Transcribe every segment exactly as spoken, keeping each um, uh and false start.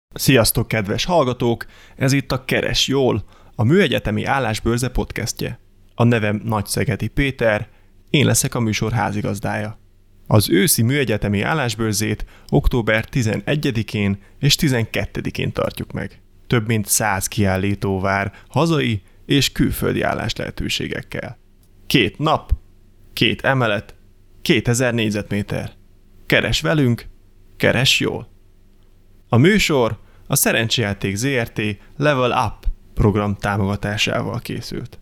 Sziasztok, kedves hallgatók! Ez itt a Keres Jól, a Műegyetemi Állásbőrze podcastje. A nevem Nagyszegedi Péter, én leszek a műsor házigazdája. Az őszi Műegyetemi Állásbőrzét október tizenegyedikén és tizenkettedikén tartjuk meg. Több mint száz kiállító vár hazai és külföldi álláslehetőségekkel. Két nap, két emelet, kétezer négyzetméter. Keres velünk, keres jól! A műsor a Szerencsejáték zé er té Level Up program támogatásával készült.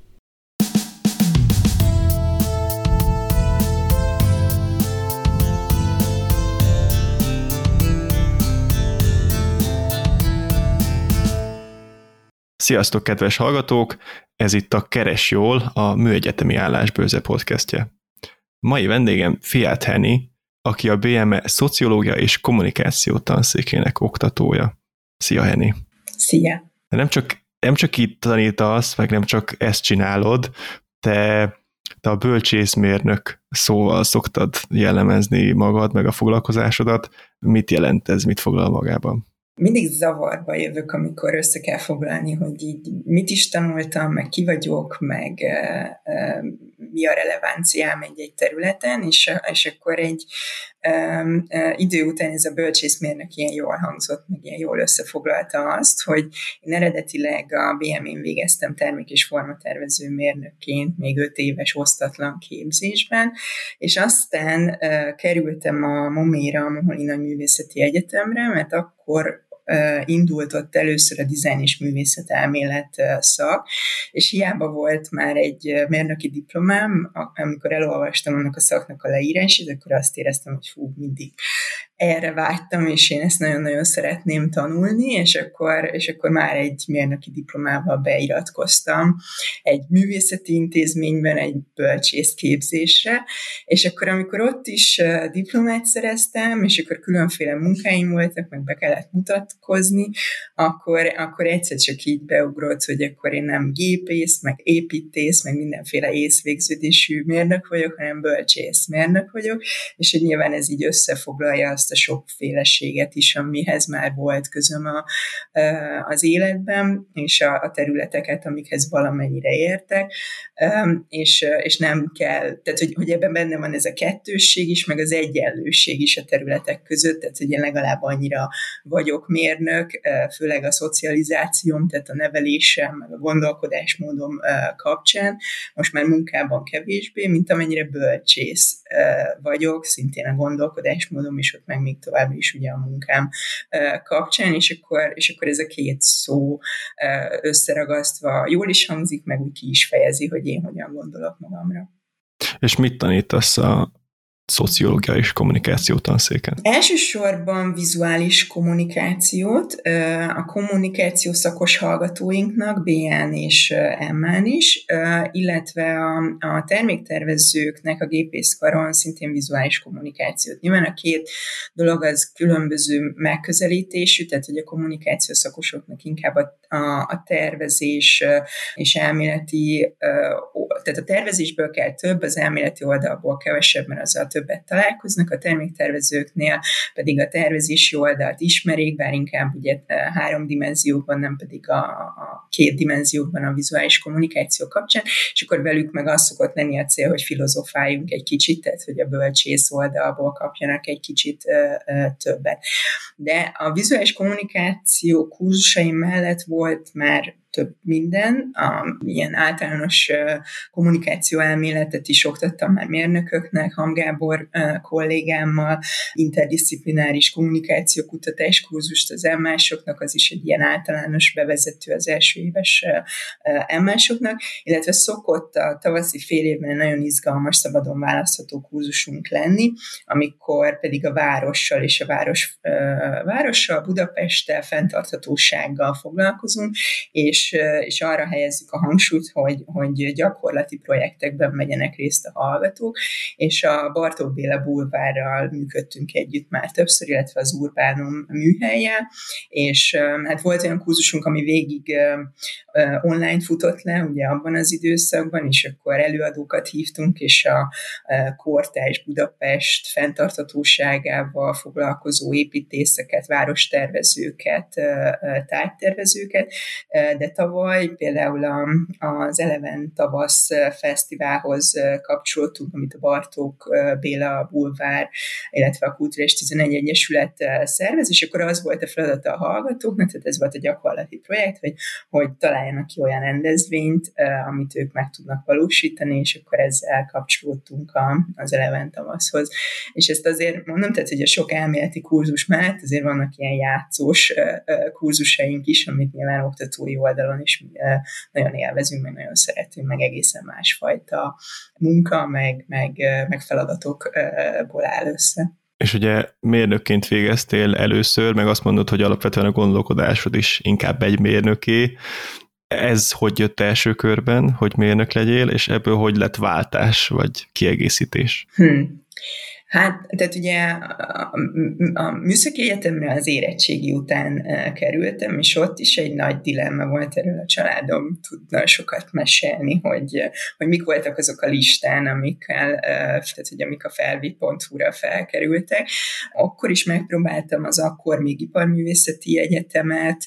Sziasztok, kedves hallgatók! Ez itt a Keres Jól, a Műegyetemi Állásbőrze podcastje. Mai vendégem Fiát Henny, aki a bé em e Szociológia és Kommunikáció tanszékének oktatója. Szia, Henny! Szia! Nem csak, nem csak itt tanítasz, meg nem csak ezt csinálod, te, te a bölcsészmérnök szóval szoktad jellemezni magad, meg a foglalkozásodat. Mit jelent ez, mit foglal magában? Mindig zavarba jövök, amikor össze kell foglalni, hogy így mit is tanultam, meg ki vagyok, meg e, e, mi a relevanciám egy-egy területen, és, és akkor egy e, e, idő után ez a bölcsészmérnök ilyen jól hangzott, meg ilyen jól összefoglalta azt, hogy én eredetileg a bé em én végeztem termék- és formatervező mérnökként, még öt éves osztatlan képzésben, és aztán e, kerültem a moméra, a Mohyli Nagyművészeti Egyetemre, mert akkor indult ott először a dizájn és művészetelmélet szak, és hiába volt már egy mérnöki diplomám, amikor elolvastam annak a szaknak a leírását, akkor azt éreztem, hogy fú, mindig erre vágytam, és én ezt nagyon-nagyon szeretném tanulni, és akkor, és akkor már egy mérnöki diplomával beiratkoztam egy művészeti intézményben, egy bölcsészképzésre, és akkor, amikor ott is diplomát szereztem, és akkor különféle munkáim voltak, meg be kellett mutatkozni, akkor, akkor egyszer csak így beugrott, hogy akkor én nem gépész, meg építész, meg mindenféle észvégződésű mérnök vagyok, hanem bölcsészmérnök vagyok, és hogy nyilván ez így összefoglalja azt a sokféleséget is, amihez már volt közöm a, az életben, és a, a területeket, amikhez valamennyire értek, és, és nem kell, tehát hogy, hogy ebben benne van ez a kettősség is, meg az egyenlőség is a területek között, tehát hogy én legalább annyira vagyok mérnök, főleg a szocializációm, tehát a nevelésem, meg a gondolkodásmódom kapcsán, most már munkában kevésbé, mint amennyire bölcsész vagyok, szintén a gondolkodásmódom is ott meg még tovább is ugye a munkám kapcsán, és akkor, és akkor ez a két szó összeragasztva jól is hangzik, meg úgy ki is fejezi, hogy én hogyan gondolok magamra. És mit tanítasz a szociológia és kommunikáció tanszéken? Elsősorban vizuális kommunikációt, a kommunikáció szakos hallgatóinknak, bé en és em en is, illetve a, a terméktervezőknek a gépészkaron szintén vizuális kommunikációt. Nyilván a két dolog az különböző megközelítésű, tehát hogy a kommunikáció szakosoknak inkább a, a, a tervezés és elméleti, tehát a tervezésből kell több, az elméleti oldalból kevesebb, mert azzal többet találkoznak, a terméktervezőknél pedig a tervezési oldalt ismerik, bár inkább ugye három dimenzióban, nem pedig a, a két dimenzióban a vizuális kommunikáció kapcsán, és akkor velük meg az szokott lenni a cél, hogy filozofáljunk egy kicsit, tehát hogy a bölcsész oldalból kapjanak egy kicsit ö, ö, többet. De a vizuális kommunikáció kurzusaim mellett volt már több minden, a, ilyen általános uh, kommunikáció elméletet is oktattam már mérnököknek, Ham Gábor uh, kollégámmal, interdisziplináris kommunikációkutatás kurzust az em másoknak, az is egy ilyen általános bevezető az első éves uh, uh, em másoknak, illetve szokott a tavaszi fél évben egy nagyon izgalmas, szabadon választható kurzusunk lenni, amikor pedig a várossal és a város, uh, várossal, Budapesttel, fenntarthatósággal foglalkozunk, és és, és arra helyezzük a hangsúlyt, hogy, hogy gyakorlati projektekben vegyenek részt a hallgatók, és a Bartók Béla Bulvárral működtünk együtt már többször, illetve az Urbánum műhellyel, és hát volt olyan kurzusunk, ami végig online futott le, ugye abban az időszakban, és akkor előadókat hívtunk, és a kortárs Budapest fenntarthatóságával foglalkozó építészeket, várostervezőket, tájtervezőket, de tavaly például az Eleven Tavasz Fesztiválhoz kapcsoltunk, amit a Bartók Béla Bulvár, illetve a Kulturális tizenegy Egyesület szervez, és akkor az volt a feladata a hallgatóknak, tehát ez volt a gyakorlati projekt, hogy, hogy találjanak ki olyan rendezvényt, amit ők meg tudnak valósítani, és akkor ezzel kapcsolódtunk a, az Eleven Tavaszhoz. És ezt azért mondom, tehát, hogy a sok elméleti kurzus mellett azért vannak ilyen játszós kurzusaink is, amit nyilván oktatói oldalon is nagyon élvezünk, meg nagyon szeretünk, meg egészen másfajta munka, meg, meg, meg feladatokból áll össze. És ugye mérnökként végeztél először, meg azt mondod, hogy alapvetően a gondolkodásod is inkább egy mérnöké. Ez hogy jött első körben, hogy mérnök legyél, és ebből hogy lett váltás, vagy kiegészítés? Hmm. Hát, tehát ugye a, a Műszaki Egyetemre az érettségi után kerültem, és ott is egy nagy dilemma volt, erről a családom tudna sokat mesélni, hogy, hogy mik voltak azok a listán, amikkel, tehát hogy amik a felvi pont hu-ra felkerültek. Akkor is megpróbáltam az akkor még Iparművészeti Egyetemet,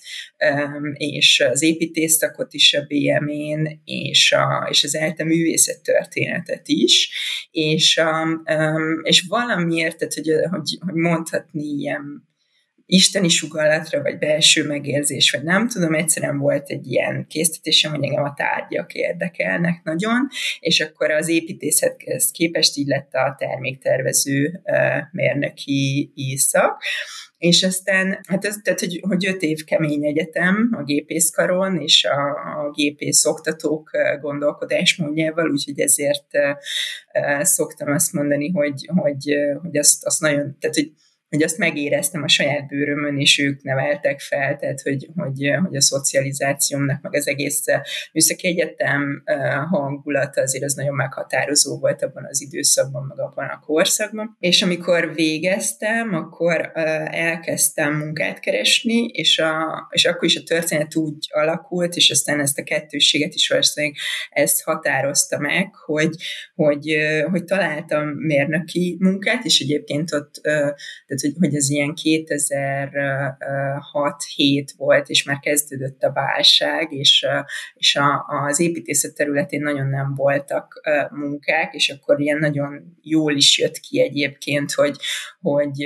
és az építészszakot is a bé em én, és, a, és az ELTE művészettörténetet is, és, a, és valamiért, tehát, hogy, hogy, hogy mondhatni ilyen isteni sugallatra, vagy belső megérzés, vagy nem tudom, egyszerűen volt egy ilyen késztetésem, hogy engem a tárgyak érdekelnek nagyon, és akkor az építészethez képest így lett a terméktervező mérnöki szak. És aztán, hát ez, tehát, hogy, hogy öt év kemény egyetem a gépészkaron, és a, a gépész oktatók gondolkodásmódjával, úgyhogy ezért uh, szoktam azt mondani, hogy, hogy, hogy azt, azt nagyon, tehát, hogy hogy azt megéreztem a saját bőrömön, és ők neveltek fel, tehát hogy, hogy, hogy a szocializációmnak, meg az egész műszaki egyetem hangulata azért az nagyon meghatározó volt abban az időszakban, meg abban a korszakban. És amikor végeztem, akkor elkezdtem munkát keresni, és, a, és akkor is a történet úgy alakult, és aztán ezt a kettősséget is valószínűleg ezt határozta meg, hogy, hogy, hogy találtam mérnöki munkát, és egyébként ott hogy, hogy ez ilyen kétezer-hat-hét volt, és már kezdődött a válság, és, és a, az építészet területén nagyon nem voltak munkák, és akkor ilyen nagyon jól is jött ki egyébként, hogy, hogy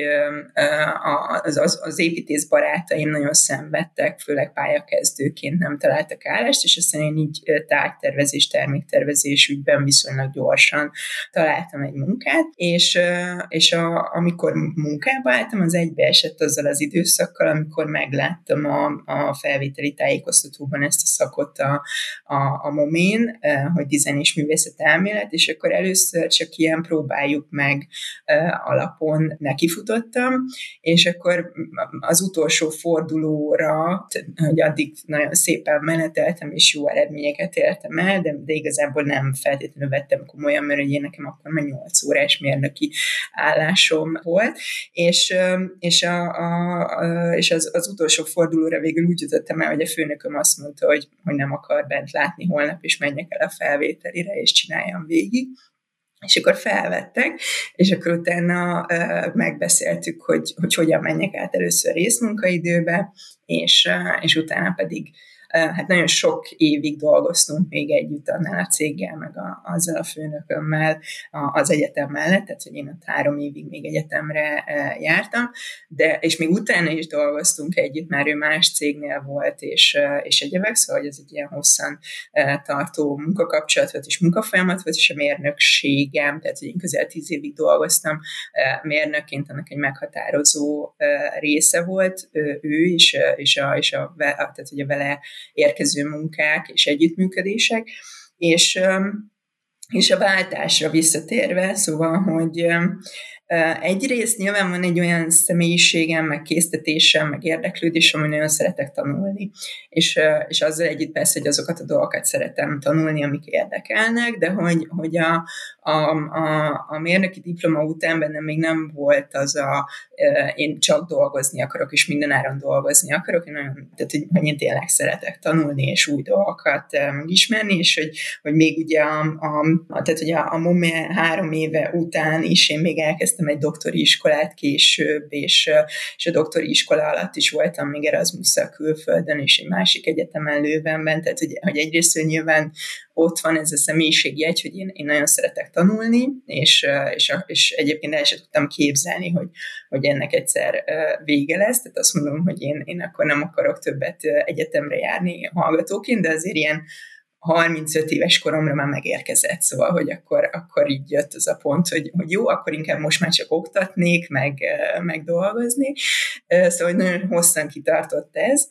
az, az, az építész barátaim nagyon szenvedtek, főleg pályakezdőként nem találtak állást, és aztán én így tárgytervezés, terméktervezés ügyben viszonylag gyorsan találtam egy munkát, és, és a, amikor munkába álltam, az egybeesett azzal az időszakkal, amikor megláttam a, a felvételi tájékoztatóban ezt a szakot a, a, a momén, hogy dizájn és művészet elmélet, és akkor először csak ilyen próbáljuk meg alapon nekifutottam, és akkor az utolsó fordulóra, hogy addig nagyon szépen meneteltem, és jó eredményeket értem el, de, de igazából nem feltétlenül vettem komolyan, mert én nekem akkor már nyolc órás mérnöki állásom volt, és, és, a, a, és az, az utolsó fordulóra végül úgy jutottam el, hogy a főnököm azt mondta, hogy, hogy nem akar bent látni holnap, és menjek el a felvételire, és csináljam végig. És akkor felvettek, és akkor utána uh, megbeszéltük, hogy, hogy hogyan menjek át először részmunkaidőbe, és, uh, és utána pedig hát nagyon sok évig dolgoztunk még együtt annál a céggel, meg a, azzal a főnökömmel a, az egyetem mellett, tehát hogy én ott három évig még egyetemre jártam, de, és még utána is dolgoztunk együtt, már ő más cégnél volt, és, és egyebek, szóval hogy ez egy ilyen hosszan tartó munkakapcsolat volt, és munkafolyamat volt, és a mérnökségem, tehát hogy én közel tíz évig dolgoztam mérnökként, annak egy meghatározó része volt ő is, és a, és a, tehát hogy a vele érkező munkák és együttműködések, és, és a váltásra visszatérve, szóval, hogy Egyrészt nyilván van egy olyan személyiségem, meg késztetésem, meg érdeklődésem, ami nagyon szeretek tanulni. És, és azzal együtt persze, hogy azokat a dolgokat szeretem tanulni, amik érdekelnek, de hogy, hogy a, a, a, a mérnöki diploma után bennem még nem volt az a, én csak dolgozni akarok, és mindenáron dolgozni akarok, én nagyon, tehát hogy, hogy én tényleg szeretek tanulni, és új dolgokat megismerni, és hogy, hogy még ugye a, a, a tehát hogy a, a MOME három éve után is én még elkezdtem egy doktori iskolát később, és, és a doktori iskola alatt is voltam még Erasmusszal külföldön, és egy másik egyetemen Leuvenben, tehát hogy, hogy egyrészt nyilván ott van ez a személyiségjegy, hogy én, én nagyon szeretek tanulni, és, és, és egyébként el sem tudtam képzelni, hogy, hogy ennek egyszer vége lesz, tehát azt mondom, hogy én, én akkor nem akarok többet egyetemre járni hallgatóként, de azért ilyen harmincöt éves koromra már megérkezett, szóval, hogy akkor, akkor így jött az a pont, hogy, hogy jó, akkor inkább most már csak oktatnék, meg, meg dolgozni, szóval nagyon hosszan kitartott ez,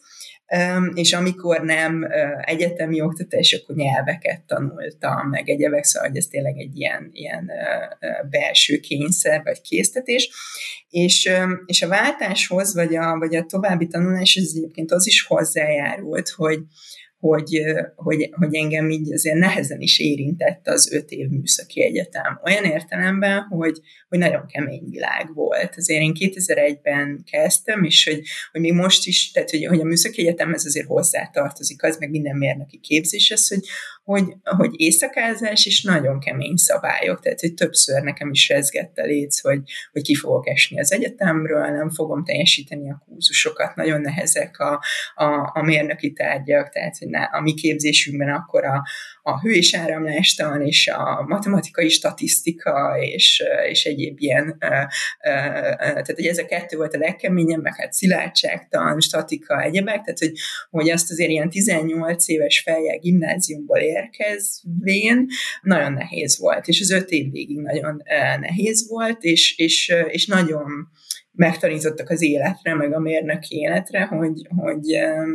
és amikor nem egyetemi oktatás, akkor nyelveket tanultam, meg egyebek, szóval hogy ez tényleg egy ilyen, ilyen belső kényszer, vagy késztetés, és, és a váltáshoz, vagy a, vagy a további tanulás, ez egyébként az is hozzájárult, hogy Hogy, hogy, hogy engem így azért nehezen is érintett az öt év műszaki egyetem. Olyan értelemben, hogy, hogy nagyon kemény világ volt. Azért én kétezer-egyben kezdtem, és hogy, hogy még most is, tehát hogy, hogy a műszaki egyetemhez azért hozzátartozik az, meg minden mérnöki képzéshez, hogy, hogy, hogy éjszakázás és nagyon kemény szabályok. Tehát, hogy többször nekem is rezgett a léc, hogy, hogy ki fogok esni az egyetemről, nem fogom teljesíteni a kurzusokat, nagyon nehezek a, a, a mérnöki tárgyak, tehát, hogy a mi képzésünkben akkor a, a hő- és áramlástan, és a matematikai statisztika, és, és egyéb ilyen, tehát hogy ez a kettő volt a legkeményebb, meg hát szilárdságtan, statika, egyebek, tehát hogy, hogy azt azért ilyen tizennyolc éves fejjel gimnáziumból érkezvén nagyon nehéz volt, és az öt év végig nagyon nehéz volt, és, és, és nagyon megtanítottak az életre, meg a mérnöki életre, hogy, hogy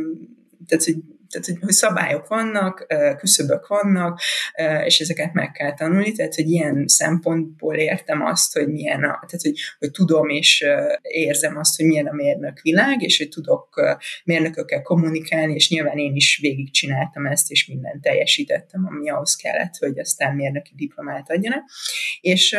tehát, hogy Tehát, hogy, hogy szabályok vannak, küszöbök vannak, és ezeket meg kell tanulni, tehát, hogy ilyen szempontból értem azt, hogy milyen a, tehát, hogy, hogy tudom és érzem azt, hogy milyen a mérnök világ, és hogy tudok mérnökökkel kommunikálni, és nyilván én is végigcsináltam ezt, és mindent teljesítettem, ami ahhoz kellett, hogy aztán mérnöki diplomát adjanak. És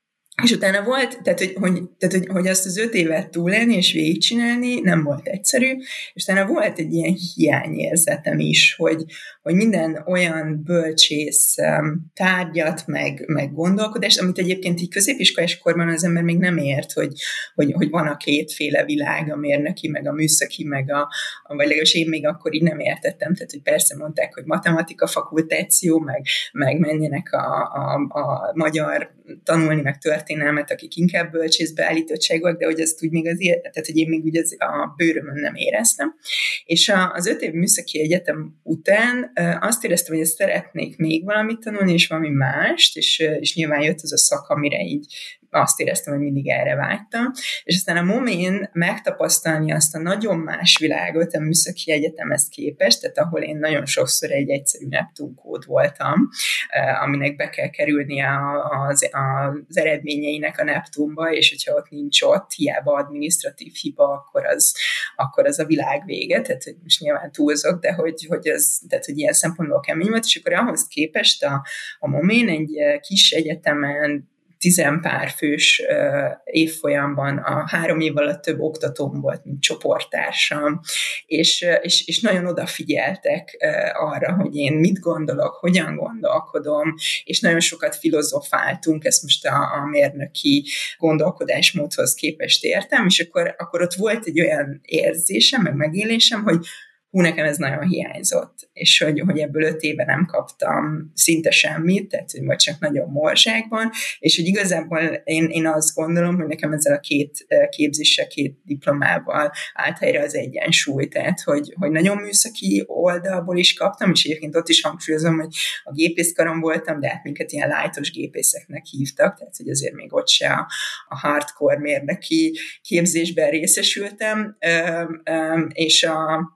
És utána volt, tehát hogy, hogy, tehát, hogy, hogy azt az öt évet túlélni és végigcsinálni nem volt egyszerű, és utána volt egy ilyen hiányérzetem is, hogy, hogy minden olyan bölcsész tárgyat, meg, meg gondolkodást, amit egyébként így középiskolás korban az ember még nem ért, hogy, hogy, hogy van a kétféle világ, a mérnöki, meg a műszaki, meg a, a vagy legalábbis én még akkor így nem értettem, tehát hogy persze mondták, hogy matematika fakultáció, meg, meg menjenek a, a, a magyar tanulni, meg történelmet, akik inkább bölcsészbeállítottságúak, de hogy ezt úgy még az, tehát hogy én még úgy az, a bőrömön nem éreztem. És a, az öt év műszaki egyetem után azt éreztem, hogy ezt szeretnék még valamit tanulni, és valami mást, és, és nyilván jött az a szak, amire így azt éreztem, hogy mindig erre vágytam. És aztán a momén megtapasztalni azt a nagyon más világot a műszaki egyetemhez képest, tehát ahol én nagyon sokszor egy egyszerű neptunkód voltam, aminek be kell kerülnie az, az eredményeinek a Neptunba, és hogyha ott nincs ott, hiába adminisztratív hiba, akkor az, akkor az a világ vége, tehát hogy most nyilván túlzok, de hogy, hogy, az, tehát, hogy ilyen szempontból kemény volt, és akkor ahhoz képest a, a momén egy kis egyetemen tizenpár fős uh, évfolyamban a három év alatt több oktatóm volt, mint csoporttársam, és, uh, és, és nagyon odafigyeltek uh, arra, hogy én mit gondolok, hogyan gondolkodom, és nagyon sokat filozofáltunk, ezt most a, a mérnöki gondolkodásmódhoz képest értem, és akkor, akkor ott volt egy olyan érzésem, meg megélésem, hogy hú, nekem ez nagyon hiányzott, és hogy, hogy ebből öt éve nem kaptam szinte semmit, tehát hogy vagy csak nagyon morzsákban, és hogy igazából én, én azt gondolom, hogy nekem ezzel a két képzéssel, két diplomával állt helyre az egyensúly, tehát hogy, hogy nagyon műszaki oldalból is kaptam, és egyébként ott is hangsúlyozom, hogy a gépészkaron voltam, de hát minket ilyen lightos gépészeknek hívtak, tehát hogy azért még ott se a, a hardcore mérnöki képzésben részesültem, és a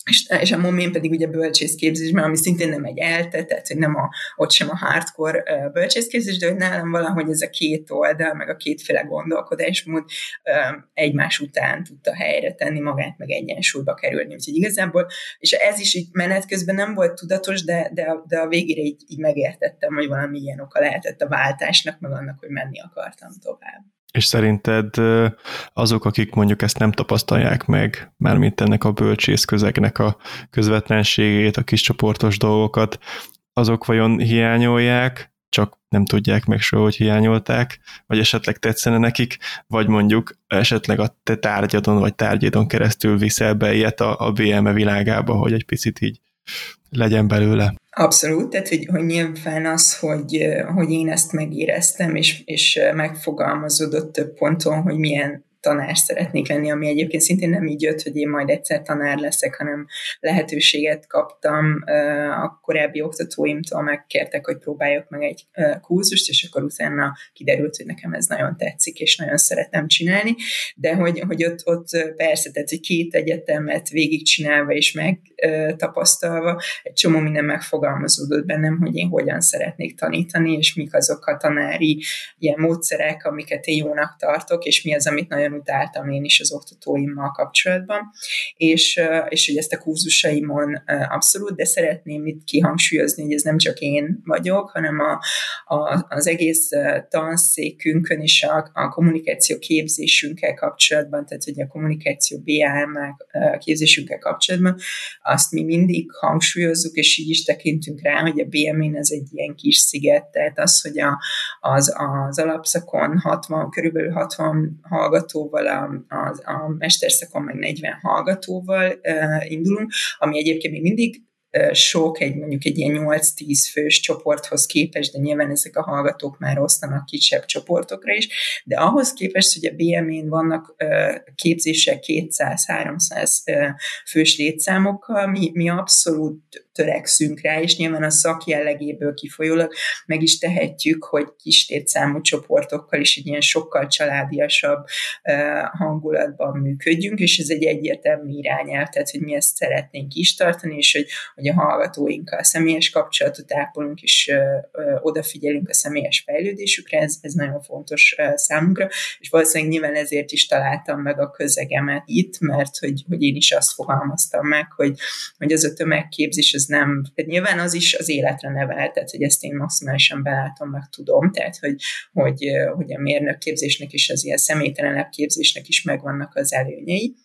és, és a momén pedig ugye bölcsészképzésben, ami szintén nem egy elte, tehát hogy nem a, ott sem a hardcore uh, bölcsészképzés, de hogy nálam valahogy ez a két oldal, meg a kétféle gondolkodásmód uh, egymás után tudta helyre tenni magát, meg egyensúlyba kerülni. Úgyhogy igazából, és ez is így menet közben nem volt tudatos, de, de, a, de a végére így, így megértettem, hogy valami ilyen oka lehetett a váltásnak, meg annak, hogy menni akartam tovább. És szerinted azok, akik mondjuk ezt nem tapasztalják meg, mármint ennek a bölcsész közegnek a közvetlenségét, a kiscsoportos dolgokat, azok vajon hiányolják, csak nem tudják meg soha, hogy hiányolták, vagy esetleg tetszene nekik, vagy mondjuk esetleg a te tárgyadon, vagy tárgyadon keresztül viszel be ilyet a, a bé em e világába, hogy egy picit így legyen belőle. Abszolút, tehát hogy, hogy nyilván az, hogy, hogy én ezt megéreztem, és, és megfogalmazódott több ponton, hogy milyen tanár szeretnék lenni, ami egyébként szintén nem így jött, hogy én majd egyszer tanár leszek, hanem lehetőséget kaptam a korábbi oktatóimtól, megkértek, hogy próbáljak meg egy kurzust, és akkor utána kiderült, hogy nekem ez nagyon tetszik, és nagyon szeretem csinálni, de hogy, hogy ott, ott persze, tehát hogy két egyetemet végigcsinálva és megtapasztalva, egy csomó minden megfogalmazódott bennem, hogy én hogyan szeretnék tanítani, és mik azok a tanári ilyen módszerek, amiket én jónak tartok, és mi az, amit nagyon utáltam én is az oktatóimmal kapcsolatban, és, és hogy ezt a kurzusaimon abszolút, de szeretném itt kihangsúlyozni, hogy ez nem csak én vagyok, hanem a, a, az egész tanszékünkön és a, a kommunikáció képzésünkkel kapcsolatban, tehát hogy a kommunikáció bé á em képzésünkkel kapcsolatban, azt mi mindig hangsúlyozzuk, és így is tekintünk rá, hogy a bé em en ez egy ilyen kis sziget, tehát az, hogy a, az, az alapszakon hatvan, körülbelül hatvan hallgató a, a, a mesterszakon meg negyven hallgatóval uh, indulunk, ami egyébként még mindig uh, sok, egy mondjuk egy ilyen nyolc-tíz fős csoporthoz képest, de nyilván ezek a hallgatók már osztanak kisebb csoportokra is, de ahhoz képest, hogy a bé em en vannak uh, képzések kétszáz-háromszáz uh, fős létszámokkal, mi, mi abszolút törekszünk rá, és nyilván a szak jellegéből kifolyólag meg is tehetjük, hogy kis létszámú csoportokkal is egy ilyen sokkal családiasabb uh, hangulatban működjünk, és ez egy egyértelmű irányelv, tehát hogy mi ezt szeretnénk is tartani, és hogy, hogy a hallgatóinkkal személyes kapcsolatot ápolunk, és uh, uh, odafigyelünk a személyes fejlődésükre, ez, ez nagyon fontos uh, számunkra, és valószínűleg nyilván ezért is találtam meg a közegemet itt, mert hogy, hogy én is azt fogalmaztam meg, hogy, hogy az a tömegképzés az nem, tehát nyilván az is az életre nevel, tehát hogy ezt én maximálisan belátom, meg tudom, tehát hogy, hogy, hogy a mérnökképzésnek és az ilyen személytelenebb képzésnek is megvannak az előnyei,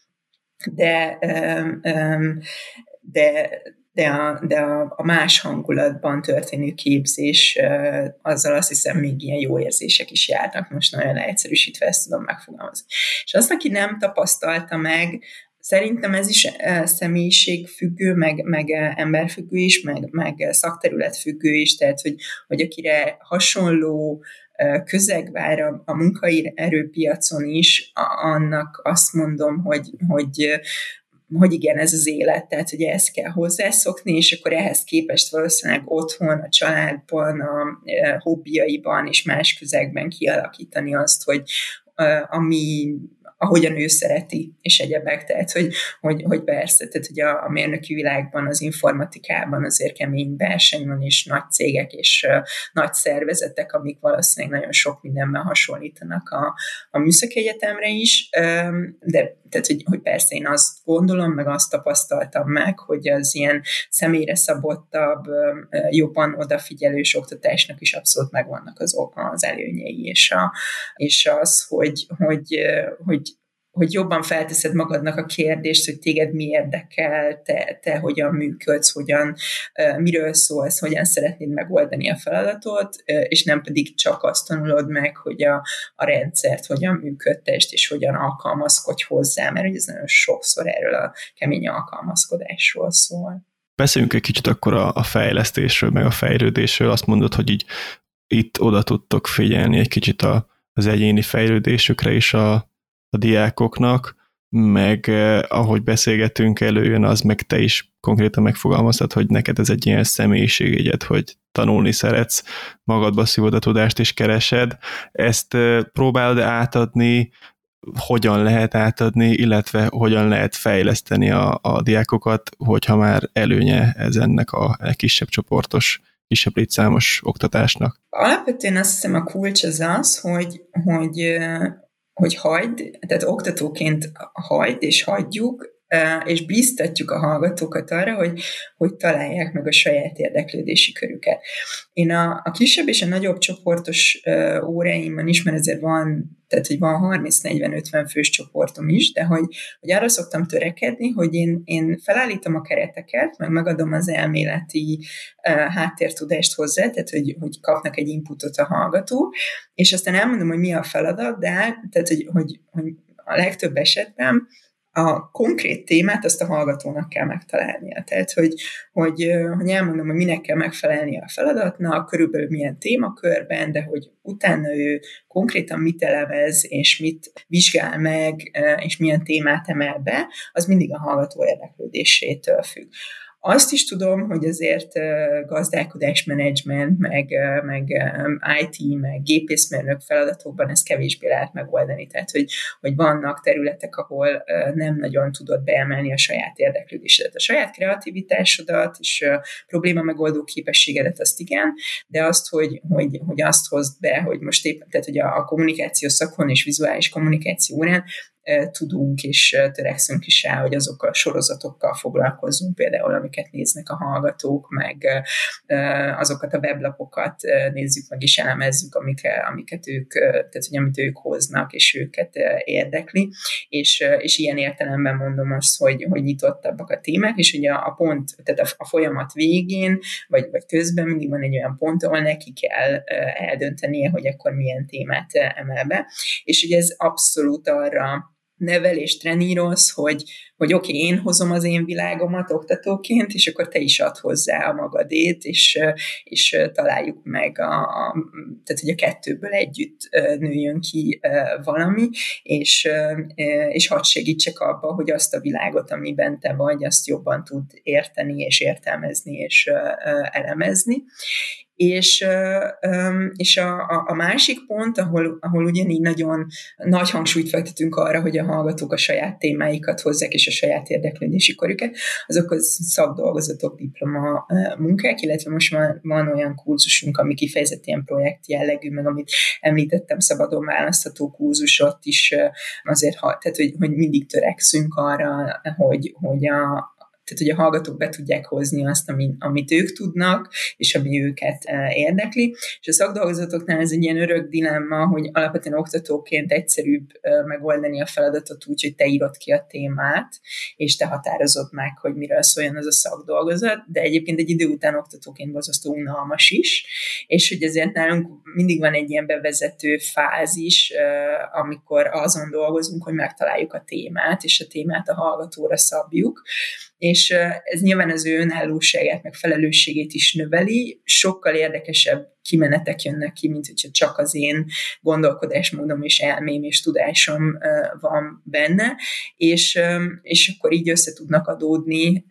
de, de de a, de a, a más hangulatban történő képzés, azzal azt hiszem még ilyen jó érzések is járnak, most nagyon leegyszerűsítve ezt tudom megfogalmazni. És azt, aki nem tapasztalta meg, szerintem ez is személyiségfüggő, meg, meg emberfüggő is, meg, meg szakterületfüggő is, tehát hogy, hogy akire hasonló közeg vár a, a munkaerőpiacon is, annak azt mondom, hogy, hogy hogy igen, ez az élet, tehát hogy ehhez kell hozzászokni, és akkor ehhez képest valószínűleg otthon, a családban, a hobbiaiban és más közegben kialakítani azt, hogy ami ahogyan ő szereti, és egyebek, tehát, hogy, hogy, hogy persze, tehát, hogy a, a mérnöki világban, az informatikában azért kemény verseny van, és nagy cégek, és uh, nagy szervezetek, amik valószínűleg nagyon sok mindenben hasonlítanak a, a műszaki egyetemre is, um, de tehát, hogy, hogy persze én azt gondolom, meg azt tapasztaltam meg, hogy az ilyen személyre szabottabb, um, jobban odafigyelős oktatásnak is abszolút megvannak az, az előnyei, és, a, és az, hogy, hogy, hogy hogy jobban felteszed magadnak a kérdést, hogy téged mi érdekel, te, te hogyan működsz, hogyan, uh, miről szólsz, hogyan szeretnéd megoldani a feladatot, uh, és nem pedig csak azt tanulod meg, hogy a, a rendszert hogyan működtest, és hogyan alkalmazkodj hozzá, mert ez nagyon sokszor erről a kemény alkalmazkodásról szól. Beszéljünk egy kicsit akkor a, a fejlesztésről, meg a fejlődésről. Azt mondod, hogy így itt oda tudtok figyelni egy kicsit a, az egyéni fejlődésükre is a a diákoknak, meg eh, ahogy beszélgetünk, előjön az, meg te is konkrétan megfogalmaztad, hogy neked ez egy ilyen személyiségjegyed, hogy tanulni szeretsz, magadba szívod a tudást és keresed. Ezt eh, próbálod átadni hogyan lehet átadni, illetve hogyan lehet fejleszteni a, a diákokat, hogyha már előnye ez ennek a kisebb csoportos, kisebb létszámos oktatásnak? Alapvetően azt hiszem a kulcs az az, hogy, hogy, hogy hagyd, tehát oktatóként hagyd és hagyjuk, és bíztatjuk a hallgatókat arra, hogy, hogy találják meg a saját érdeklődési körüket. Én a, a kisebb és a nagyobb csoportos uh, óráimban is, mert ezért van, tehát hogy van harminc-negyven-ötven fős csoportom is, de hogy, hogy arra szoktam törekedni, hogy én, én felállítom a kereteket, meg megadom az elméleti uh, háttértudást hozzá, tehát hogy, hogy kapnak egy inputot a hallgató, és aztán elmondom, hogy mi a feladat, de tehát, hogy, hogy, hogy a legtöbb esetben a konkrét témát azt a hallgatónak kell megtalálnia. Tehát, hogy, hogy, hogy elmondom, hogy minek kell megfelelnie a feladatnak, körülbelül milyen témakörben, de hogy utána ő konkrétan mit elemez, és mit vizsgál meg, és milyen témát emel be, az mindig a hallgató érdeklődésétől függ. Azt is tudom, hogy azért gazdálkodásmenedzsment, meg, meg i té, meg gépészmérnök feladatokban ezt kevésbé lehet megoldani. Tehát, hogy, hogy vannak területek, ahol nem nagyon tudod beemelni a saját érdeklődésedet. A saját kreativitásodat és probléma megoldó képességedet, azt igen, de azt, hogy, hogy, hogy azt hozd be, hogy most éppen, tehát, hogy a, a kommunikáció szakon és vizuális kommunikáció órán tudunk és törekszünk is rá, hogy azokkal a sorozatokkal foglalkozzunk, például amiket néznek a hallgatók, meg azokat a weblapokat nézzük meg és elemezzük, amiket, amiket ők, tehát hogy amit ők hoznak, és őket érdekli, és, és ilyen értelemben mondom azt, hogy, hogy nyitottabbak a témák, és ugye a, a pont, tehát a, a folyamat végén, vagy, vagy közben mindig van egy olyan pont, ahol neki kell eldöntenie, hogy akkor milyen témát emel be, és ugye ez abszolút arra nevel és treníroz, hogy, hogy oké, okay, én hozom az én világomat oktatóként, és akkor te is add hozzá a magadét, és, és találjuk meg, a, a, tehát hogy a kettőből együtt nőjön ki valami, és, és hadd segítsek abba, hogy azt a világot, amiben te vagy, azt jobban tud érteni, és értelmezni, és elemezni. És, és a, a másik pont, ahol, ahol ugyanígy nagyon nagy hangsúlyt fektetünk arra, hogy a hallgatók a saját témáikat hozzák, és a saját érdeklődési körüket, azok a szakdolgozatok, diploma munkák, illetve most van, van olyan kurzusunk, ami kifejezetten ilyen projekt jellegű, meg amit említettem, szabadon választható kurzusot is azért, tehát hogy, hogy mindig törekszünk arra, hogy, hogy a tehát, hogy a hallgatók be tudják hozni azt, amit, amit ők tudnak, és ami őket érdekli. És a szakdolgozatoknál ez egy ilyen örök dilemma, hogy alapvetően oktatóként egyszerűbb megoldani a feladatot úgy, hogy te írod ki a témát, és te határozod meg, hogy miről szóljon az a szakdolgozat, de egyébként egy idő után oktatóként borzasztó unalmas is, és hogy ezért nálunk mindig van egy ilyen bevezető fázis, amikor azon dolgozunk, hogy megtaláljuk a témát, és a témát a hallgatóra szabjuk, és ez nyilván az ő önállóságát, meg felelősségét is növeli, sokkal érdekesebb kimenetek jönnek ki, mint hogyha csak az én gondolkodásmódom és elmém és tudásom van benne, és, és akkor így össze tudnak adódni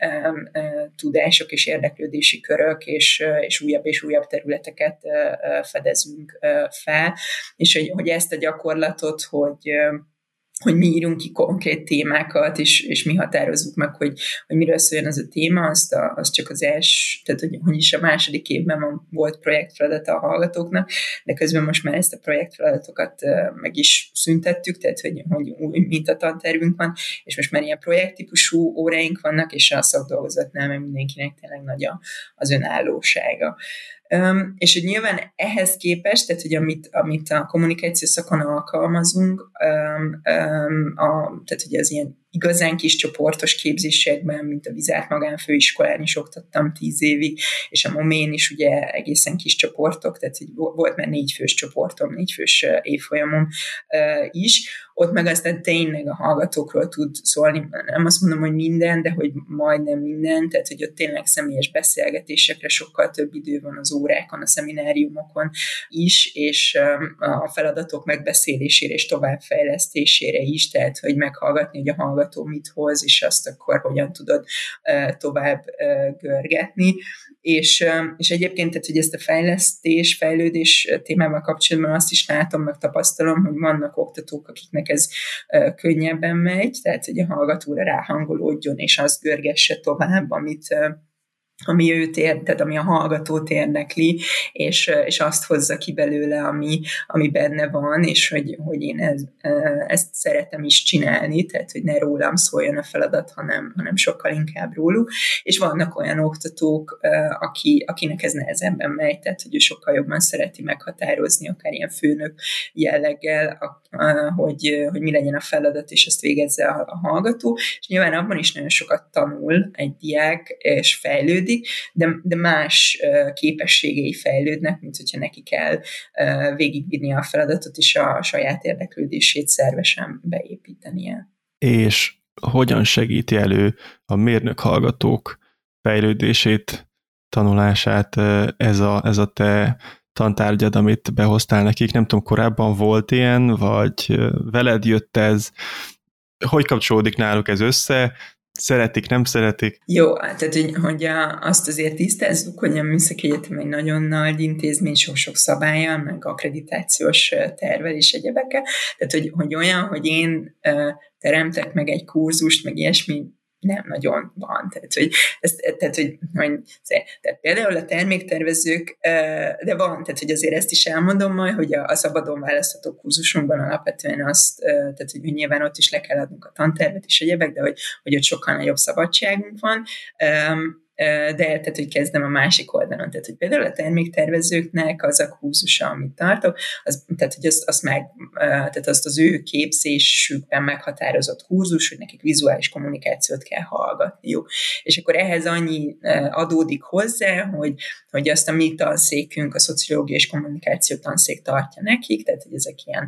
tudások és érdeklődési körök, és, és újabb és újabb területeket fedezünk fel, és hogy, hogy ezt a gyakorlatot, hogy hogy mi írunk ki konkrét témákat, és, és mi határozzuk meg, hogy, hogy miről szóljon az a téma, azt, a, azt csak az első, tehát hogy, hogy is a második évben van, volt projektfeladata a hallgatóknak, de közben most már ezt a projektfeladatokat meg is szüntettük, tehát hogy, hogy új mintatantervünk van, és most már ilyen projekttípusú óráink vannak, és a szakdolgozatnál meg mindenkinek tényleg nagy a, az önállósága. Um, és hogy nyilván ehhez képest, tehát hogy amit, amit a kommunikáció szakon alkalmazunk, um, um, a, tehát hogy az ilyen igazán kis csoportos képzésekben, mint a Vizárt magánfőiskolán is oktattam tíz évig, és a Momén is ugye egészen kis csoportok, tehát hogy volt már négy fős csoportom, négy fős évfolyamom uh, is, ott meg aztán tényleg a hallgatókról tud szólni, nem azt mondom, hogy minden, de hogy majdnem minden, tehát hogy ott tényleg személyes beszélgetésekre sokkal több idő van az órákon, a szemináriumokon is, és um, a feladatok megbeszélésére és továbbfejlesztésére is, tehát hogy meghallgatni, hogy a hallgatók hallgató mit hoz, és azt akkor hogyan tudod tovább görgetni. És, és egyébként, tehát, hogy ezt a fejlesztés, fejlődés témával kapcsolatban azt is látom, meg tapasztalom, hogy vannak oktatók, akiknek ez könnyebben megy, tehát, hogy a hallgatóra ráhangolódjon, és azt görgesse tovább, amit ami őt ér, tehát ami a hallgatót érdekli, és, és azt hozza ki belőle, ami, ami benne van, és hogy, hogy én ez, ezt szeretem is csinálni, tehát hogy ne rólam szóljon a feladat, hanem, hanem sokkal inkább róluk. És vannak olyan oktatók, aki, akinek ez nehezebben megy, tehát hogy ő sokkal jobban szereti meghatározni, akár ilyen főnök jelleggel, hogy, hogy mi legyen a feladat, és azt végezze a, a hallgató. És nyilván abban is nagyon sokat tanul egy diák, és fejlődik, De, de más uh, képességei fejlődnek, mint hogyha neki kell uh, végigvinni a feladatot, és a saját érdeklődését szervesen beépítenie. És hogyan segíti elő a mérnök hallgatók fejlődését, tanulását ez a, ez a te tantárgyad, amit behoztál nekik? Nem tudom, korábban volt ilyen, vagy veled jött ez? Hogy kapcsolódik náluk ez össze? Szeretik, nem szeretik? Jó, tehát hogy, hogy azt azért tisztázzuk, hogy a Műszaki Egyetem egy nagyon nagy intézmény, sok-sok szabállyal, meg akkreditációs tervel és egyebekkel. Tehát, hogy, hogy olyan, hogy én teremtek meg egy kurzust, meg ilyesmi, nem nagyon van. Tehát, hogy, ez, tehát, hogy, hogy tehát például a terméktervezők, de van, tehát, hogy azért ezt is elmondom majd, hogy a, a szabadon választható kurzusunkban alapvetően azt, tehát, hogy nyilván ott is le kell adnunk a tantervet és egyebek, de hogy, hogy ott sokkal nagyobb szabadságunk van. De tehát, hogy kezdem a másik oldalon. Tehát, hogy például a terméktervezőknek az a kurzusa, amit tartok, az, tehát, hogy azt, azt, meg, tehát azt az ő képzésükben meghatározott kurzus, hogy nekik vizuális kommunikációt kell hallgatniuk. És akkor ehhez annyi adódik hozzá, hogy, hogy azt a mi tanszékünk, a szociológia és kommunikáció tanszék tartja nekik, tehát, hogy ezek ilyen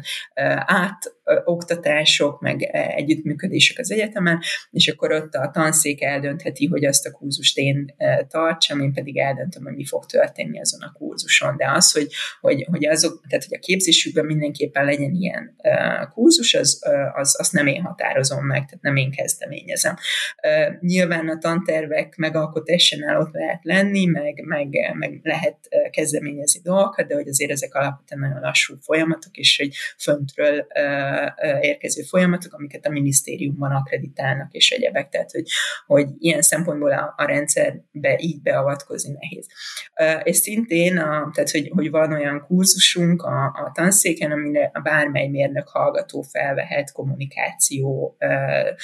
átoktatások, meg együttműködések az egyetemen, és akkor ott a tanszék eldöntheti, hogy azt a kurzust én tartsam, én pedig eldöntöm, hogy mi fog történni azon a kurzuson. De az, hogy, hogy, hogy, azok, tehát, hogy a képzésükben mindenképpen legyen ilyen uh, kurzus, az, uh, az, azt nem én határozom meg, tehát nem én kezdeményezem. Uh, nyilván a tantervek megalkotásánál ott lehet lenni, meg, meg, meg lehet kezdeményezni dolgokat, de hogy azért ezek alapvetően nagyon lassú folyamatok, és egy föntről uh, érkező folyamatok, amiket a minisztériumban akkreditálnak, és egyebek. Tehát, hogy, hogy ilyen szempontból a, a rendszer be, így beavatkozni nehéz. Uh, és szintén, a, tehát, hogy, hogy van olyan kurzusunk a, a tanszéken, amire a bármely mérnök hallgató felvehet kommunikáció uh,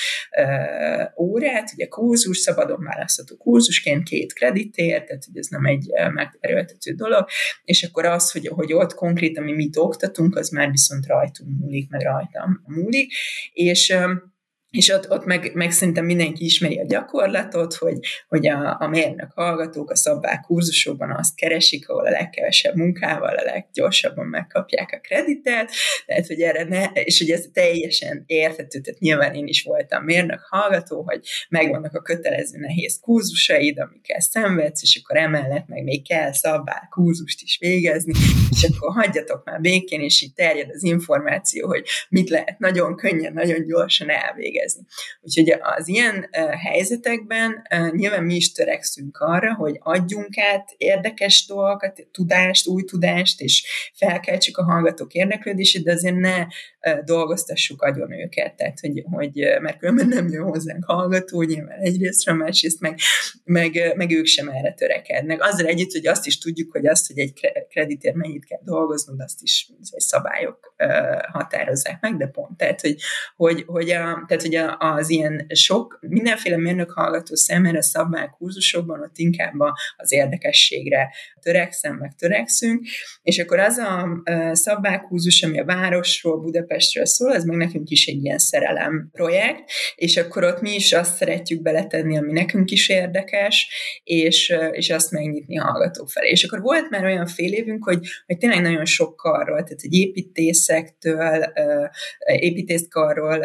uh, órát, ugye kurzus, szabadon választható kurzusként két kreditért, tehát hogy ez nem egy uh, megterültető dolog, és akkor az, hogy, hogy ott konkrétan mi mit oktatunk, az már viszont rajtunk múlik, meg rajtam múlik, és um, És ott, ott meg, meg szerintem mindenki ismeri a gyakorlatot, hogy, hogy a, a mérnök hallgatók a szabvá kurzusokban azt keresik, ahol a legkevesebb munkával a leggyorsabban megkapják a kreditet, tehát hogy erre ne, és hogy ez teljesen érthető, tehát nyilván én is voltam mérnök hallgató, hogy megvannak a kötelező nehéz kurzusaid, amikkel szenvedsz, és akkor emellett meg még kell szabvá kurzust is végezni, és akkor hagyjatok már békén, és így terjed az információ, hogy mit lehet nagyon könnyen, nagyon gyorsan elvégezni. Úgyhogy az ilyen uh, helyzetekben uh, nyilván mi is törekszünk arra, hogy adjunk át érdekes dolgokat, tudást, új tudást, és felkeltsük a hallgatók érdeklődését, de azért ne uh, dolgoztassuk agyon őket, tehát, hogy, hogy uh, mert különben nem jön hozzánk hallgató, nyilván egyrésztről, másrészt meg, meg, uh, meg ők sem erre törekednek. Azzal együtt, hogy azt is tudjuk, hogy azt, hogy egy kreditért mennyit kell dolgoznod, azt is szabályok uh, határozzák meg, de pont. Tehát, hogy, hogy, hogy, a, tehát, hogy az ilyen sok, mindenféle mérnök hallgató számára szabvány kurzusokban ott inkább az érdekességre törekszem, meg törekszünk, és akkor az a szabvány kurzus, ami a városról, Budapestről szól, az meg nekünk is egy ilyen szerelem projekt, és akkor ott mi is azt szeretjük beletenni, ami nekünk is érdekes, és, és azt megnyitni a hallgatók felé. És akkor volt már olyan fél évünk, hogy, hogy tényleg nagyon sok karról, tehát egy építészektől, építészkarról,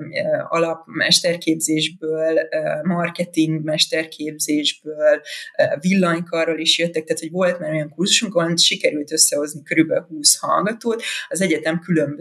alapmesterképzésből, marketing mesterképzésből, villanykarról is jöttek, tehát hogy volt már olyan kurzusunk, ahol sikerült összehozni körülbelül húsz hallgatót, az egyetem különböző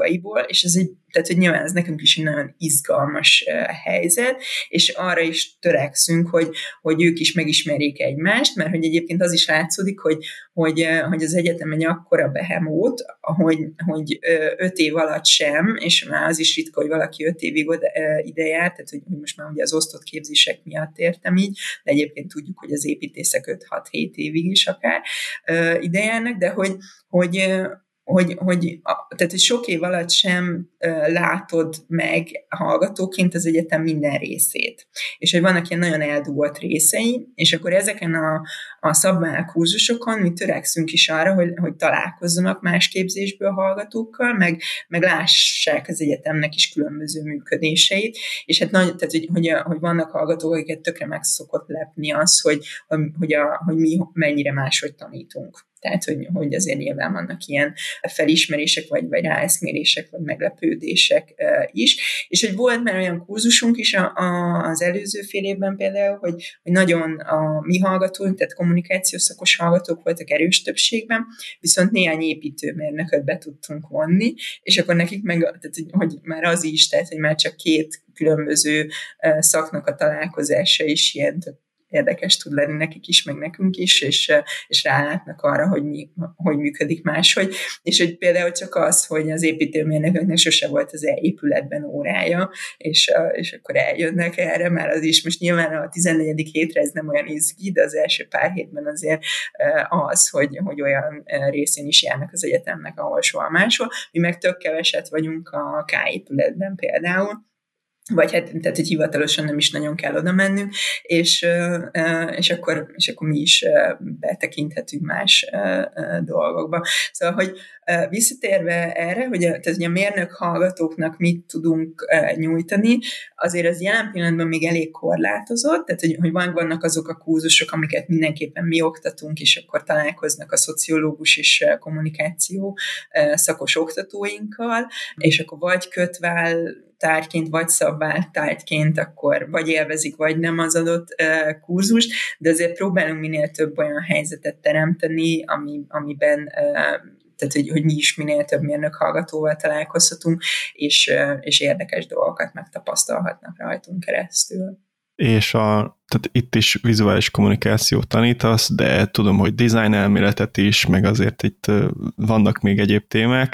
jogaiból, és ez egy, tehát hogy nyilván ez nekünk is egy nagyon izgalmas uh, helyzet, és arra is törekszünk, hogy, hogy ők is megismerjék egymást, mert hogy egyébként az is látszódik, hogy, hogy, uh, hogy az egyetem egy akkora behemót, hogy, hogy uh, öt év alatt sem, és már az is ritka, hogy valaki öt évig oda, uh, ide jár, tehát hogy, hogy most már ugye az osztott képzések miatt értem így, de egyébként tudjuk, hogy az építészek öt-hat-hét évig is akár uh, ide járnak, de hogy, hogy uh, Hogy, hogy, tehát, hogy sok év alatt sem uh, látod meg hallgatóként az egyetem minden részét. És hogy vannak ilyen nagyon eldugott részei, és akkor ezeken a, a szabványkurzusokon mi törekszünk is arra, hogy, hogy találkozzanak más képzésből hallgatókkal, meg, meg lássák az egyetemnek is különböző működéseit, és hát nagy, tehát, hogy, hogy, hogy vannak hallgatók, akiket tökre meg szokott lepni az, hogy, hogy, a, hogy mi mennyire máshogy tanítunk. Tehát, hogy, hogy azért nyilván vannak ilyen felismerések, vagy, vagy ráeszmérések, vagy meglepődések uh, is. És hogy volt már olyan kurzusunk is a, a, az előző fél évben például, hogy, hogy nagyon a mi hallgatóink, tehát kommunikációs szakos hallgatók voltak erős többségben, viszont néhány építőmérnököt be tudtunk vonni, és akkor nekik meg, tehát, hogy már az is, tehát, hogy már csak két különböző uh, szaknak a találkozása is ilyen tök érdekes tud lenni nekik is, meg nekünk is, és, és rálátnak arra, hogy, mi, hogy működik máshogy. És hogy például csak az, hogy az építőmérnököknek sose volt az épületben órája, és, és akkor eljönnek erre, már az is most nyilván a tizennegyedik hétre ez nem olyan izgi, de az első pár hétben azért az, hogy, hogy olyan részén is járnak az egyetemnek, ahol soha máshol. Mi meg tök keveset vagyunk a K épületben például, vagy hát, tehát, hogy hivatalosan nem is nagyon kell oda mennünk, és, és, akkor, és akkor mi is betekinthetünk más dolgokba. Szóval, hogy visszatérve erre, hogy a, tehát, hogy a mérnök hallgatóknak mit tudunk nyújtani, azért az jelen pillanatban még elég korlátozott, tehát, hogy, hogy vannak azok a kurzusok, amiket mindenképpen mi oktatunk, és akkor találkoznak a szociológus és kommunikáció szakos oktatóinkkal, és akkor vagy kötvál tárgyként, vagy szabvált tárgyként, akkor vagy élvezik, vagy nem az adott uh, kurzust, de azért próbálunk minél több olyan helyzetet teremteni, ami, amiben uh, tehát, hogy, hogy mi is minél több mérnök hallgatóval találkozhatunk, és, uh, és érdekes dolgokat megtapasztalhatnak rajtunk keresztül. És a, tehát itt is vizuális kommunikációt tanítasz, de tudom, hogy design elméletet is, meg azért itt vannak még egyéb témák.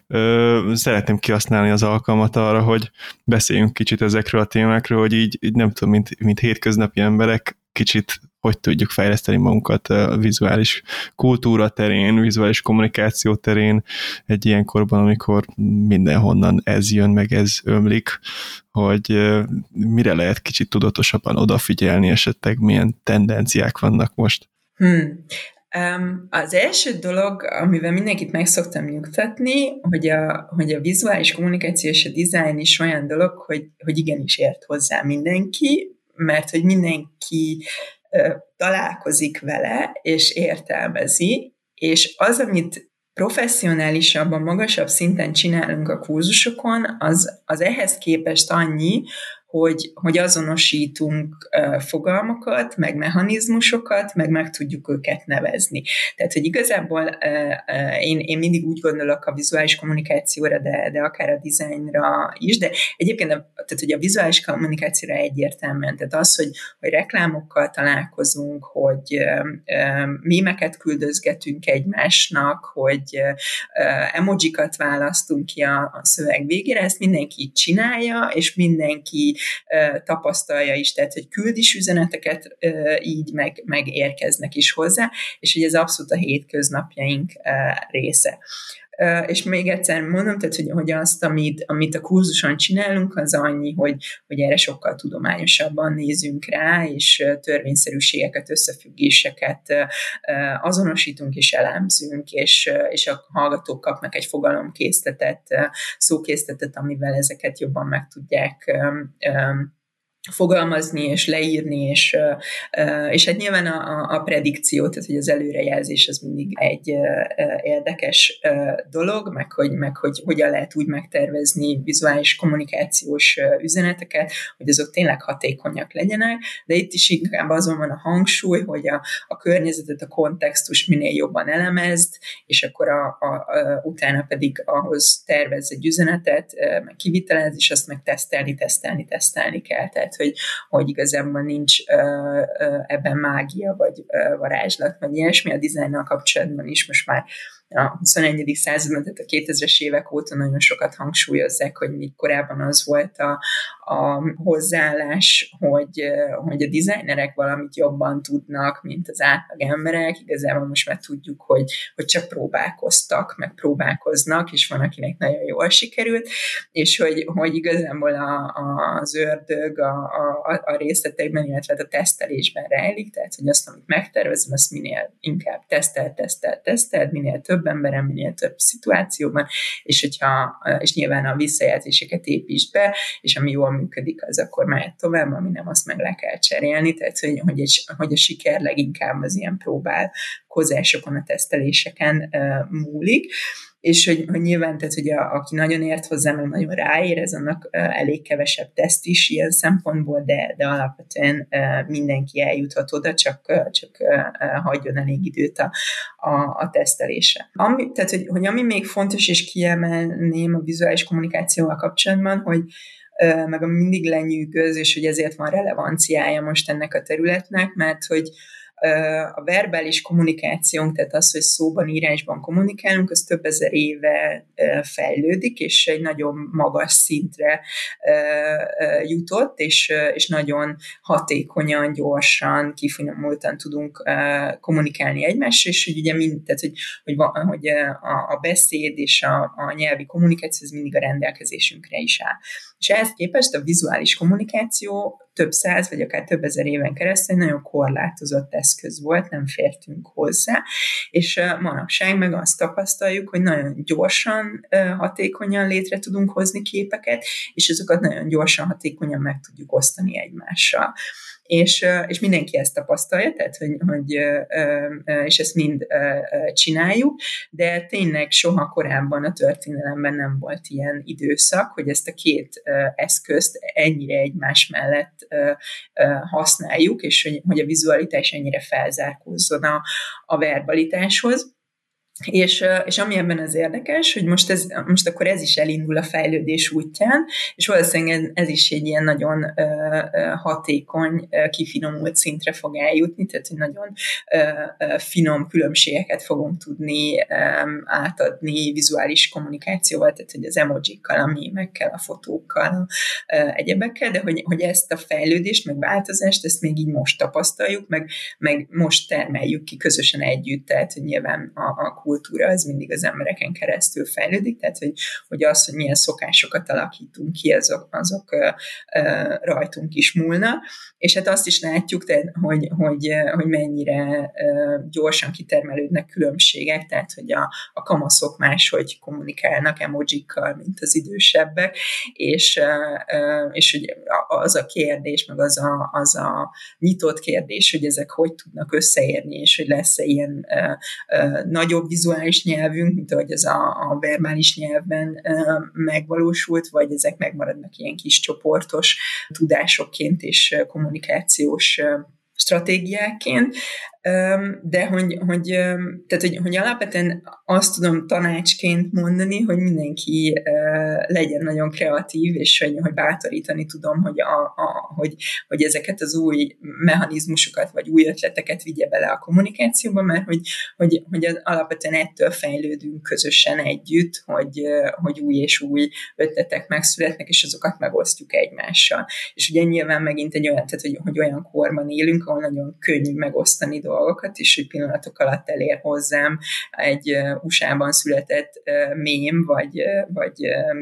Szeretném kihasználni az alkalmat arra, hogy beszéljünk kicsit ezekről a témákról, hogy így, így nem tudom, mint, mint hétköznapi emberek, kicsit hogy tudjuk fejleszteni magunkat a vizuális kultúra terén, vizuális kommunikáció terén egy ilyen korban, amikor mindenhonnan ez jön, meg ez ömlik, hogy mire lehet kicsit tudatosabban odafigyelni, esetleg milyen tendenciák vannak most. Hmm. Um, az első dolog, amivel mindenkit meg szoktam nyugtatni, hogy a, hogy a vizuális kommunikáció és a design is olyan dolog, hogy, hogy igenis ért hozzá mindenki, mert hogy mindenki uh, találkozik vele, és értelmezi, és az, amit professzionálisabban, magasabb szinten csinálunk a kurzusokon, az, az ehhez képest annyi, hogy, hogy azonosítunk uh, fogalmakat, meg mechanizmusokat, meg meg tudjuk őket nevezni. Tehát, hogy igazából uh, uh, én, én mindig úgy gondolok a vizuális kommunikációra, de, de akár a dizájnra is, de egyébként a, tehát, hogy a vizuális kommunikációra egyértelműen, tehát az, hogy, hogy reklámokkal találkozunk, hogy uh, uh, mémeket küldözgetünk egymásnak, hogy uh, emojikat választunk ki a, a szöveg végére, ezt mindenki csinálja, és mindenki tapasztalja is, tehát, hogy küld is üzeneteket így, meg, meg érkeznek is hozzá, és hogy ez abszolút a hétköznapjaink része. És még egyszer mondom, tehát, hogy, hogy azt, amit, amit a kurzuson csinálunk, az annyi, hogy, hogy erre sokkal tudományosabban nézünk rá, és törvényszerűségeket, összefüggéseket azonosítunk és elemzünk, és, és a hallgatók kapnak egy fogalomkészletet, szókészletet, amivel ezeket jobban meg tudják fogalmazni és leírni, és, és hát nyilván a, a predikció, tehát hogy az előrejelzés az mindig egy érdekes dolog, meg hogy, meg hogy hogyan lehet úgy megtervezni vizuális kommunikációs üzeneteket, hogy azok tényleg hatékonyak legyenek, de itt is inkább azon van a hangsúly, hogy a, a környezetet, a kontextus minél jobban elemezd, és akkor a, a, a, utána pedig ahhoz tervezz egy üzenetet, meg kivitelezd, és azt meg tesztelni, tesztelni, tesztelni kell. Tehát hogy, hogy igazából nincs uh, uh, ebben mágia, vagy uh, varázslat, vagy ilyesmi. A dizájnnal kapcsolatban is most már a huszonegyedik században, tehát a kétezres évek óta nagyon sokat hangsúlyozzák, hogy még korábban az volt a, a hozzáállás, hogy, hogy a designerek valamit jobban tudnak, mint az átlag emberek. Igazából most már tudjuk, hogy, hogy csak próbálkoztak, meg próbálkoznak, és van, akinek nagyon jól sikerült, és hogy, hogy igazából a, a, az ördög a, a, a részletekben, illetve a tesztelésben rejlik, tehát hogy azt, amit megtervezem, azt minél inkább tesztel, tesztel, tesztel, minél több emberen, minél több szituációban, és, hogyha, és nyilván a visszajelzéseket építsd be, és ami jól működik, az akkor mehet tovább, ami nem, azt meg le kell cserélni, tehát hogy, hogy, egy, hogy a siker leginkább az ilyen próbálkozásokon, a teszteléseken uh, múlik, és hogy, hogy nyilván, tehát, hogy a, aki nagyon ért hozzá, meg nagyon ráér, ez annak uh, elég kevesebb teszt is ilyen szempontból, de, de alapvetően uh, mindenki eljuthat oda, csak, uh, csak uh, hagyjon elég időt a, a, a tesztelésre. Ami, tehát, hogy, hogy ami még fontos, és kiemelném a vizuális kommunikációval kapcsolatban, hogy uh, meg ami mindig lenyűgöz, és hogy ezért van relevanciája most ennek a területnek, mert hogy a verbális kommunikációnk, tehát az, hogy szóban, írásban kommunikálunk, az több ezer éve fejlődik, és egy nagyon magas szintre jutott, és, és nagyon hatékonyan, gyorsan, kifinomultan tudunk kommunikálni egymással, és hogy ugye mind, tehát, hogy, hogy, hogy a, a beszéd és a, a nyelvi kommunikáció az mindig a rendelkezésünkre is áll. És ehhez képest a vizuális kommunikáció több száz, vagy akár több ezer éven keresztül nagyon korlátozott eszköz volt, nem fértünk hozzá, és manapság meg azt tapasztaljuk, hogy nagyon gyorsan, hatékonyan létre tudunk hozni képeket, és azokat nagyon gyorsan, hatékonyan meg tudjuk osztani egymással. És, és mindenki ezt tapasztalja, tehát, hogy, hogy, és ezt mind csináljuk, de tényleg soha korábban a történelemben nem volt ilyen időszak, hogy ezt a két eszközt ennyire egymás mellett használjuk, és hogy, hogy a vizualitás ennyire felzárkózzon a, a verbalitáshoz. És, és ami ebben az érdekes, hogy most, ez, most akkor ez is elindul a fejlődés útján, és valószínűleg ez is egy ilyen nagyon uh, hatékony, uh, kifinomult szintre fog eljutni, tehát hogy nagyon uh, finom különbségeket fogunk tudni um, átadni vizuális kommunikációval, tehát hogy az emojikkal, a mémekkel, a fotókkal, uh, egyebekkel, de hogy, hogy ezt a fejlődést, meg változást, ezt még így most tapasztaljuk, meg, meg most termeljük ki közösen együtt, tehát hogy nyilván a, a kultúra az mindig az embereken keresztül fejlődik, tehát hogy, hogy az, hogy milyen szokásokat alakítunk ki, azok, azok uh, uh, rajtunk is múlnak, és hát azt is látjuk, tehát, hogy, hogy, hogy mennyire uh, gyorsan kitermelődnek különbségek, tehát hogy a, a kamaszok máshogy kommunikálnak emojikkal, mint az idősebbek, és, uh, uh, és hogy az a kérdés, meg az a, az a nyitott kérdés, hogy ezek hogy tudnak összeérni, és hogy lesz-e ilyen uh, uh, nagyobb vizuális nyelvünk, mint ahogy ez a, a verbális nyelvben uh, megvalósult, vagy ezek megmaradnak ilyen kis csoportos tudásokként és uh, kommunikációs uh, stratégiáként, de hogy, hogy, tehát, hogy, hogy alapvetően azt tudom tanácsként mondani, hogy mindenki legyen nagyon kreatív, és hogy, hogy bátorítani tudom, hogy, a, a, hogy, hogy ezeket az új mechanizmusokat, vagy új ötleteket vigye bele a kommunikációba, mert hogy, hogy, hogy alapvetően ettől fejlődünk közösen együtt, hogy, hogy új és új ötletek megszületnek, és azokat megosztjuk egymással. És ugye nyilván megint egy olyan, tehát, hogy, hogy olyan korban élünk, ahol nagyon könnyű megosztani dolgokat, és hogy pillanatok alatt elér hozzám egy u es á-ban született mém, vagy, vagy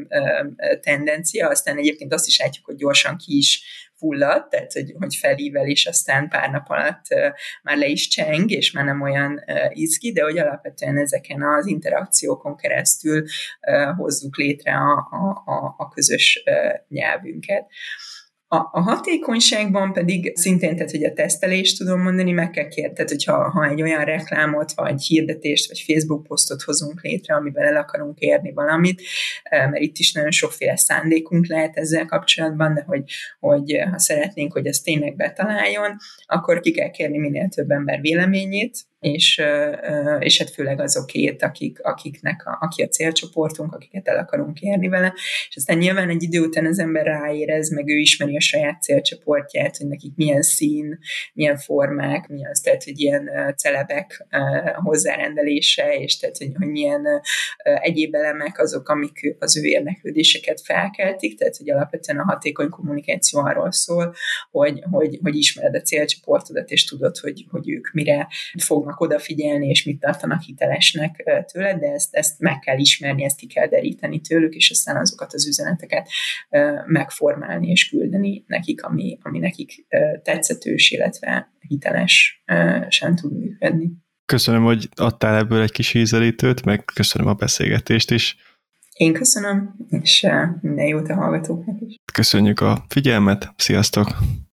tendencia, aztán egyébként azt is látjuk, hogy gyorsan ki is fullad, tehát hogy, hogy felível, és aztán pár nap alatt már le is cseng, és már nem olyan izgi, de hogy alapvetően ezeken az interakciókon keresztül hozzuk létre a, a, a közös nyelvünket. A, a hatékonyságban pedig szintén, tehát hogy a tesztelést tudom mondani, meg kell kérni, tehát hogyha ha egy olyan reklámot, vagy hirdetést, vagy Facebook posztot hozunk létre, amiben el akarunk érni valamit, mert itt is nagyon sokféle szándékunk lehet ezzel kapcsolatban, de hogy, hogy ha szeretnénk, hogy ez tényleg betaláljon, akkor ki kell kérni minél több ember véleményét, és, és hát főleg azokét, akik, akiknek a, aki a célcsoportunk, akiket el akarunk érni vele, és aztán nyilván egy idő után az ember ráérez, meg ő ismeri a saját célcsoportját, hogy nekik milyen szín, milyen formák, mi az, tehát, hogy ilyen celebek hozzárendelése, és tehát, hogy, hogy milyen egyéb elemek azok, amik az ő érdeklődéseket felkeltik, tehát, hogy alapvetően a hatékony kommunikáció arról szól, hogy, hogy, hogy ismered a célcsoportodat, és tudod, hogy, hogy ők mire fognak odafigyelni, és mit tartanak hitelesnek tőled, de ezt, ezt meg kell ismerni, ezt ki kell deríteni tőlük, és aztán azokat az üzeneteket megformálni és küldeni nekik, ami, ami nekik tetszetős, illetve hitelesen tud működni. Köszönöm, hogy adtál ebből egy kis ízelítőt, meg köszönöm a beszélgetést is. Én köszönöm, és minden jót a hallgatóknak is. Köszönjük a figyelmet, sziasztok!